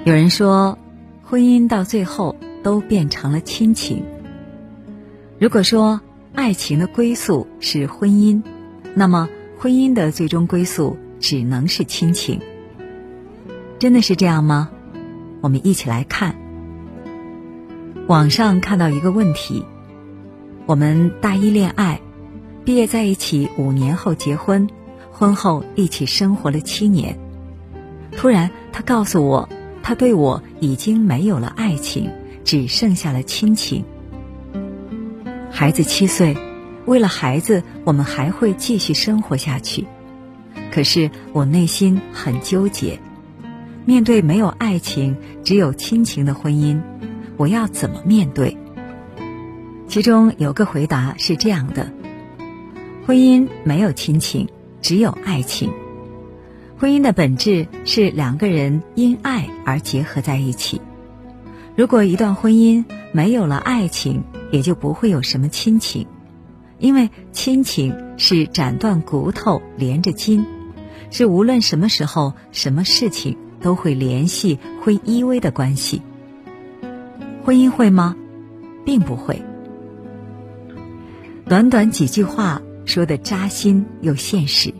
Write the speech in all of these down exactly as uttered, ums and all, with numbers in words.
有人说，婚姻到最后都变成了亲情。如果说爱情的归宿是婚姻，那么婚姻的最终归宿只能是亲情。真的是这样吗？我们一起来看。网上看到一个问题，我们大一恋爱，毕业在一起五年后结婚，婚后一起生活了七年。突然他告诉我，他对我已经没有了爱情，只剩下了亲情。孩子七岁，为了孩子我们还会继续生活下去。可是我内心很纠结，面对没有爱情只有亲情的婚姻，我要怎么面对？其中有个回答是这样的：婚姻没有亲情，只有爱情。婚姻的本质是两个人因爱而结合在一起。如果一段婚姻没有了爱情，也就不会有什么亲情，因为亲情是斩断骨头连着筋，是无论什么时候什么事情都会联系会依偎的关系。婚姻会吗？并不会。短短几句话说得扎心又现实。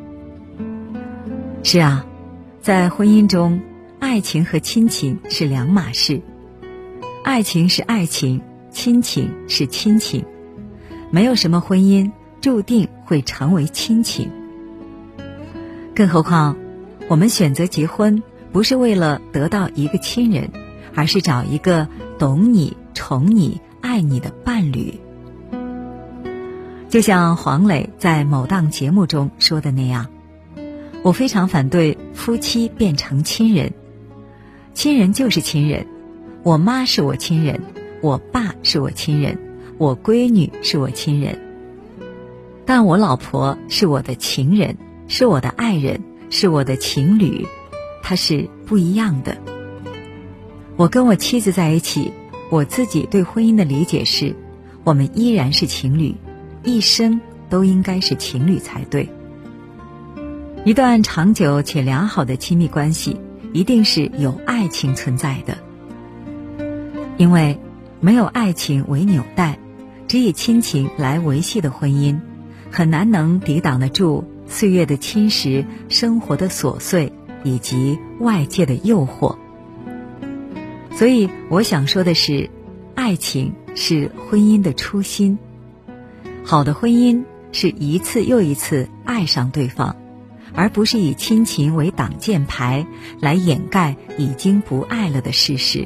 是啊，在婚姻中，爱情和亲情是两码事。爱情是爱情，亲情是亲情。没有什么婚姻注定会成为亲情。更何况，我们选择结婚，不是为了得到一个亲人，而是找一个懂你、宠你、爱你的伴侣。就像黄磊在某档节目中说的那样，我非常反对夫妻变成亲人。亲人就是亲人，我妈是我亲人，我爸是我亲人，我闺女是我亲人。但我老婆是我的情人，是我的爱人，是我的情侣，她是不一样的。我跟我妻子在一起，我自己对婚姻的理解是，我们依然是情侣，一生都应该是情侣才对。一段长久且良好的亲密关系，一定是有爱情存在的。因为没有爱情为纽带，只以亲情来维系的婚姻，很难能抵挡得住岁月的侵蚀、生活的琐碎以及外界的诱惑。所以我想说的是，爱情是婚姻的初心。好的婚姻是一次又一次爱上对方，而不是以亲情为挡箭牌来掩盖已经不爱了的事实。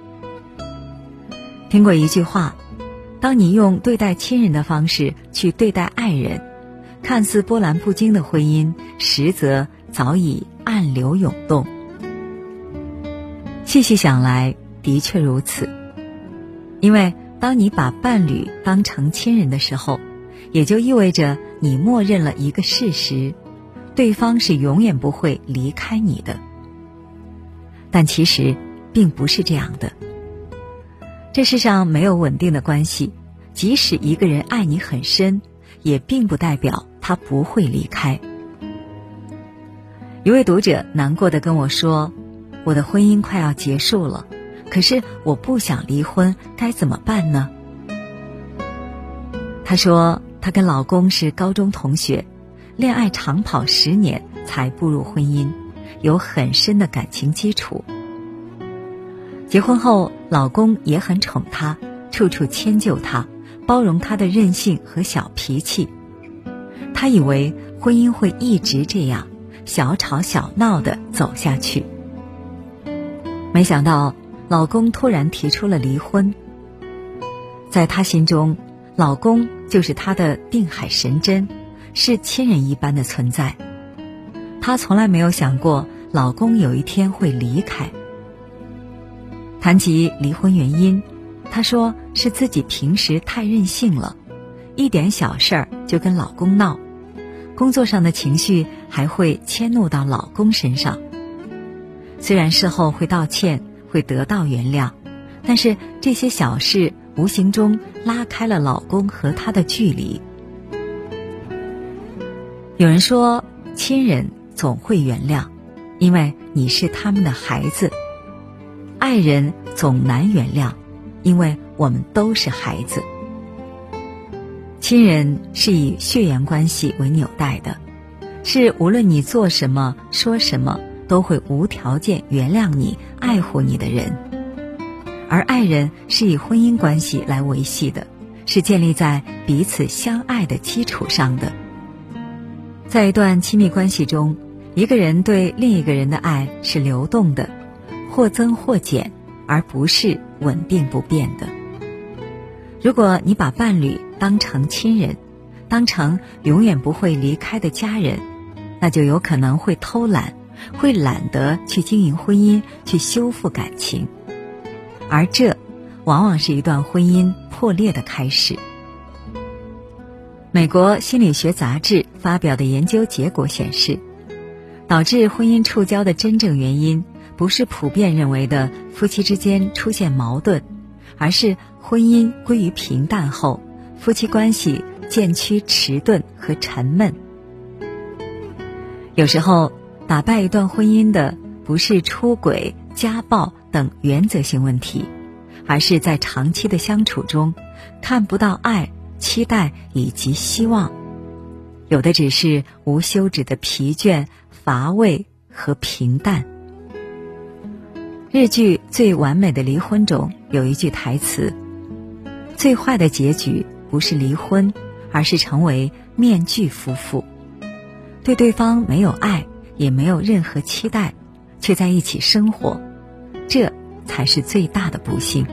听过一句话，当你用对待亲人的方式去对待爱人，看似波澜不惊的婚姻，实则早已暗流涌动。细细想来，的确如此。因为当你把伴侣当成亲人的时候，也就意味着你默认了一个事实，对方是永远不会离开你的。但其实并不是这样的。这世上没有稳定的关系，即使一个人爱你很深，也并不代表他不会离开。一位读者难过地跟我说，我的婚姻快要结束了，可是我不想离婚，该怎么办呢？她说她跟老公是高中同学，恋爱长跑十年才步入婚姻，有很深的感情基础。结婚后，老公也很宠她，处处迁就她，包容她的任性和小脾气。她以为婚姻会一直这样，小吵小闹地走下去。没想到老公突然提出了离婚。在她心中，老公就是她的定海神针，是亲人一般的存在。她从来没有想过老公有一天会离开。谈及离婚原因，她说是自己平时太任性了，一点小事儿就跟老公闹，工作上的情绪还会迁怒到老公身上。虽然事后会道歉，会得到原谅，但是这些小事无形中拉开了老公和她的距离。有人说，亲人总会原谅，因为你是他们的孩子。 爱人总难原谅，因为我们都是孩子。亲人是以血缘关系为纽带的，是无论你做什么说什么都会无条件原谅你爱护你的人。而爱人是以婚姻关系来维系的，是建立在彼此相爱的基础上的。在一段亲密关系中，一个人对另一个人的爱是流动的，或增或减，而不是稳定不变的。如果你把伴侣当成亲人，当成永远不会离开的家人，那就有可能会偷懒，会懒得去经营婚姻，去修复感情。而这往往是一段婚姻破裂的开始。美国心理学杂志发表的研究结果显示，导致婚姻触礁的真正原因不是普遍认为的夫妻之间出现矛盾，而是婚姻归于平淡后，夫妻关系渐趋迟钝和沉闷。有时候打败一段婚姻的不是出轨、家暴等原则性问题，而是在长期的相处中看不到爱、期待以及希望，有的只是无休止的疲倦、乏味和平淡。日剧《最完美的离婚》中有一句台词：最坏的结局不是离婚，而是成为面具夫妇，对对方没有爱，也没有任何期待，却在一起生活，这才是最大的不幸。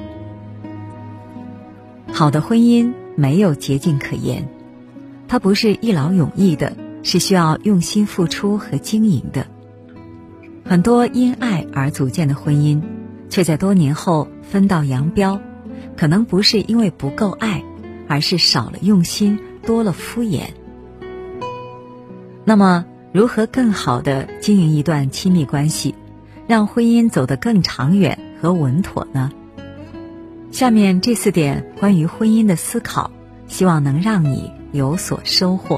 好的婚姻没有捷径可言，它不是一劳永逸的，是需要用心付出和经营的。很多因爱而组建的婚姻，却在多年后分道扬镳，可能不是因为不够爱，而是少了用心，多了敷衍。那么，如何更好地经营一段亲密关系，让婚姻走得更长远和稳妥呢？下面这四点关于婚姻的思考，希望能让你有所收获。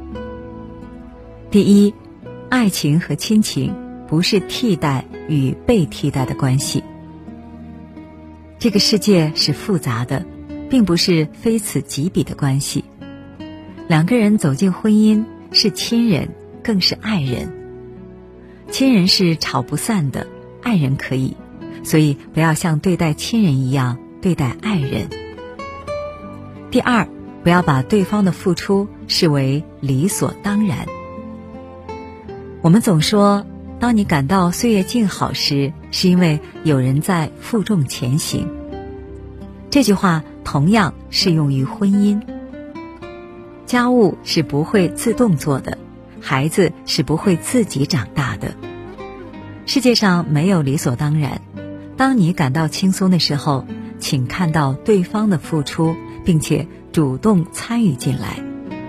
第一，爱情和亲情不是替代与被替代的关系。这个世界是复杂的，并不是非此即彼的关系。两个人走进婚姻，是亲人，更是爱人。亲人是吵不散的，爱人可以，所以不要像对待亲人一样对待爱人。第二，不要把对方的付出视为理所当然。我们总说，当你感到岁月静好时，是因为有人在负重前行。这句话同样适用于婚姻。家务是不会自动做的，孩子是不会自己长大的。世界上没有理所当然。当你感到轻松的时候，请看到对方的付出，并且主动参与进来。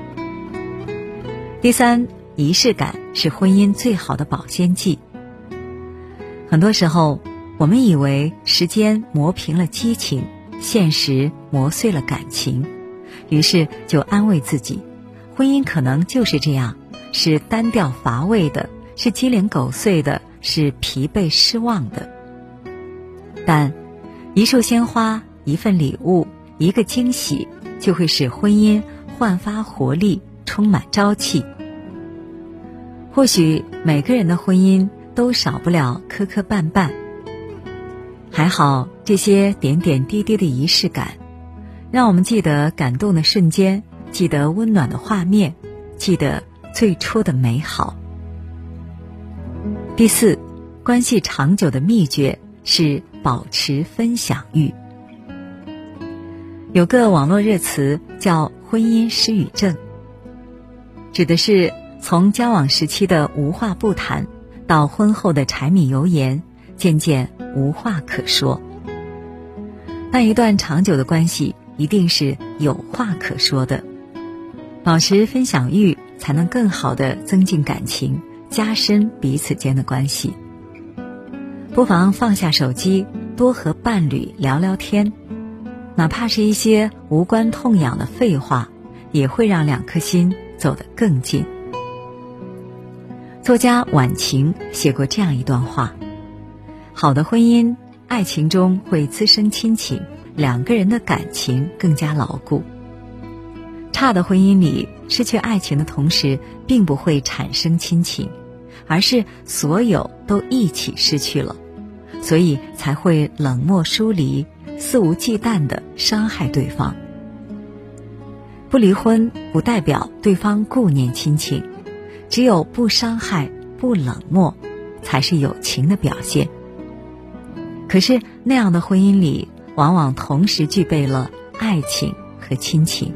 第三，仪式感是婚姻最好的保鲜剂。很多时候，我们以为时间磨平了激情，现实磨碎了感情，于是就安慰自己，婚姻可能就是这样，是单调乏味的，是鸡零狗碎的，是疲惫失望的。但一束鲜花，一份礼物，一个惊喜，就会使婚姻焕发活力，充满朝气。或许每个人的婚姻都少不了磕磕绊绊，还好这些点点滴滴的仪式感，让我们记得感动的瞬间，记得温暖的画面，记得最初的美好。第四，关系长久的秘诀是保持分享欲。有个网络热词叫婚姻失语症，指的是从交往时期的无话不谈，到婚后的柴米油盐，渐渐无话可说。但一段长久的关系一定是有话可说的，保持分享欲才能更好地增进感情，加深彼此间的关系。不妨放下手机，多和伴侣聊聊天，哪怕是一些无关痛痒的废话，也会让两颗心走得更近。作家晚晴写过这样一段话：好的婚姻爱情中会滋生亲情，两个人的感情更加牢固。差的婚姻里，失去爱情的同时，并不会产生亲情，而是所有都一起失去了，所以才会冷漠疏离，肆无忌惮地伤害对方。不离婚不代表对方顾念亲情，只有不伤害、不冷漠，才是有情的表现。可是那样的婚姻里，往往同时具备了爱情和亲情。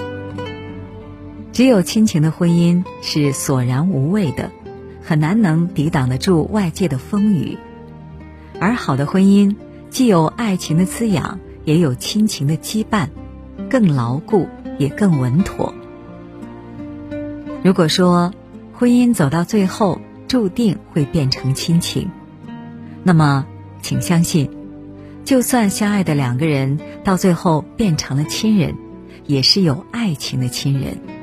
只有亲情的婚姻是索然无味的，很难能抵挡得住外界的风雨。而好的婚姻既有爱情的滋养，也有亲情的羁绊，更牢固也更稳妥。如果说婚姻走到最后注定会变成亲情，那么请相信，就算相爱的两个人到最后变成了亲人，也是有爱情的亲人。